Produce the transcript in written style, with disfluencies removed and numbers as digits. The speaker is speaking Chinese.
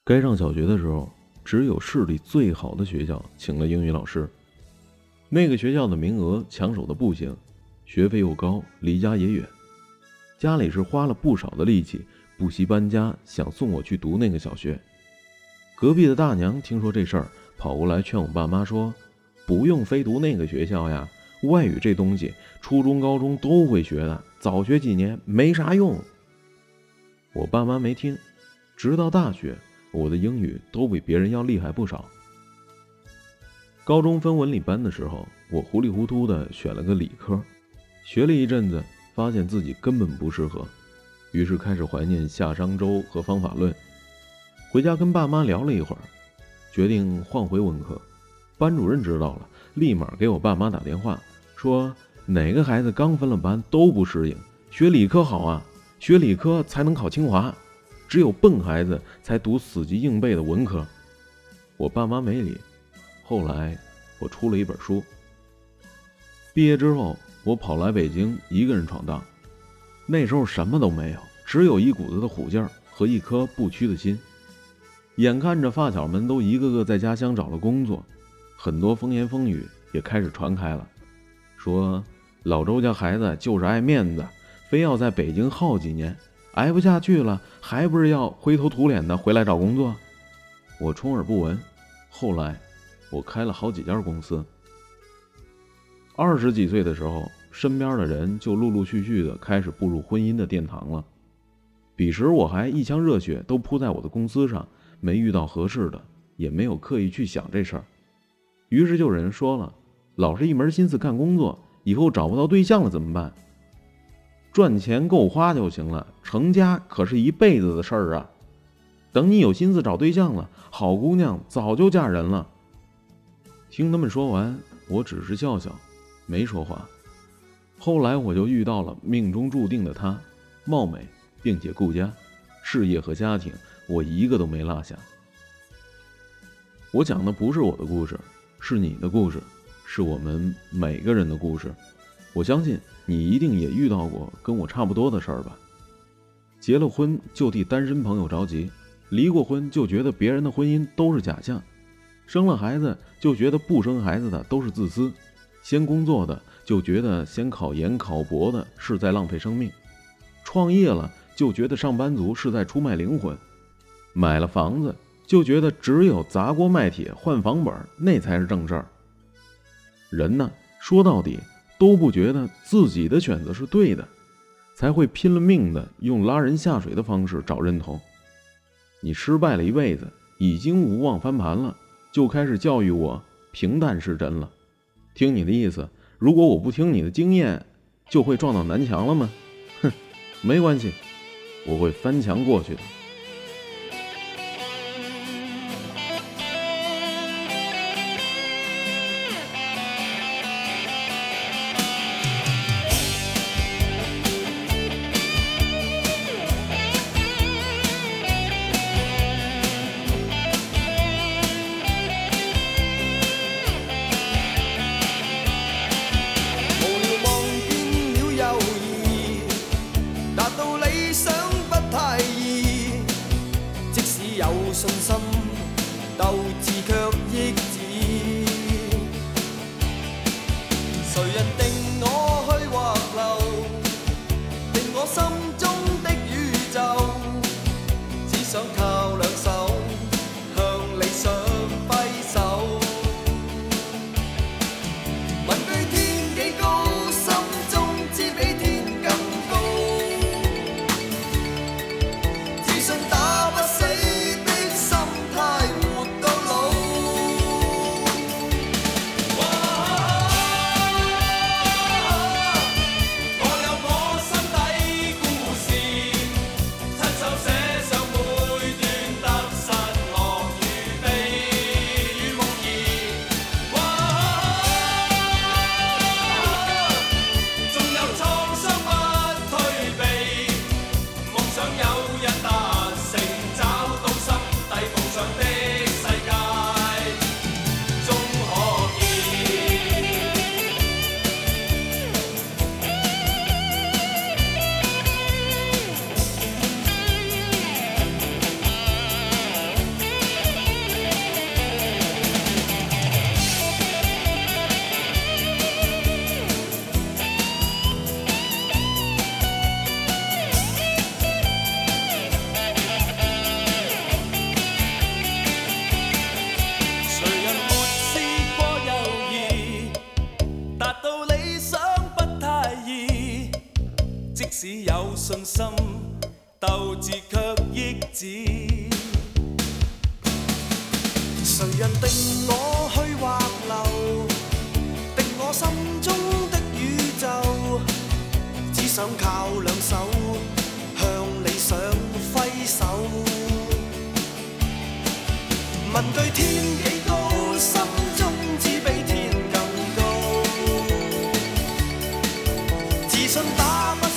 该上小学的时候，只有市里最好的学校请了英语老师。那个学校的名额抢手的不行，学费又高，离家也远。家里是花了不少的力气，不惜搬家，想送我去读那个小学。隔壁的大娘听说这事儿，跑过来劝我爸妈说：“不用非读那个学校呀，外语这东西，初中、高中都会学的，早学几年没啥用。”我爸妈没听，直到大学，我的英语都比别人要厉害不少。高中分文理班的时候，我糊里糊涂的选了个理科，学了一阵子，发现自己根本不适合，于是开始怀念夏商周和方法论。回家跟爸妈聊了一会儿，决定换回文科。班主任知道了，立马给我爸妈打电话，说哪个孩子刚分了班都不适应，学理科好啊，学理科才能考清华，只有笨孩子才读死记硬背的文科。我爸妈没理。后来我出了一本书。毕业之后，我跑来北京一个人闯荡。那时候什么都没有，只有一股子的虎劲儿和一颗不屈的心。眼看着发小们都一个个在家乡找了工作，很多风言风语也开始传开了，说老周家孩子就是爱面子，非要在北京耗几年，挨不下去了，还不是要灰头土脸的回来找工作。我充耳不闻。后来我开了好几家公司。20几岁的时候，身边的人就陆陆续续的开始步入婚姻的殿堂了。彼时我还一腔热血都扑在我的公司上，没遇到合适的，也没有刻意去想这事儿。于是就有人说了，老是一门心思干工作，以后找不到对象了怎么办？赚钱够花就行了，成家可是一辈子的事儿啊。等你有心思找对象了，好姑娘早就嫁人了。听他们说完，我只是笑笑，没说话。后来我就遇到了命中注定的她，貌美并且顾家，事业和家庭我一个都没落下。我讲的不是我的故事，是你的故事，是我们每个人的故事。我相信你一定也遇到过跟我差不多的事儿吧。结了婚就替单身朋友着急，离过婚就觉得别人的婚姻都是假象，生了孩子就觉得不生孩子的都是自私，先工作的就觉得先考研考博的是在浪费生命，创业了就觉得上班族是在出卖灵魂，买了房子就觉得只有砸锅卖铁换房本那才是正事儿。人呢，说到底都不觉得自己的选择是对的，才会拼了命的用拉人下水的方式找认同。你失败了一辈子，已经无望翻盘了，就开始教育我平淡是真了。听你的意思，如果我不听你的经验，就会撞到南墙了吗？哼，没关系，我会翻墙过去的。 無聊望見了友誼，達到理想不太易， 使有信心，鬥志卻抑止。誰人定我去或留，定我心中的宇宙？只想靠兩手向理想揮手。問句天幾高，心中只比天更高。自信打不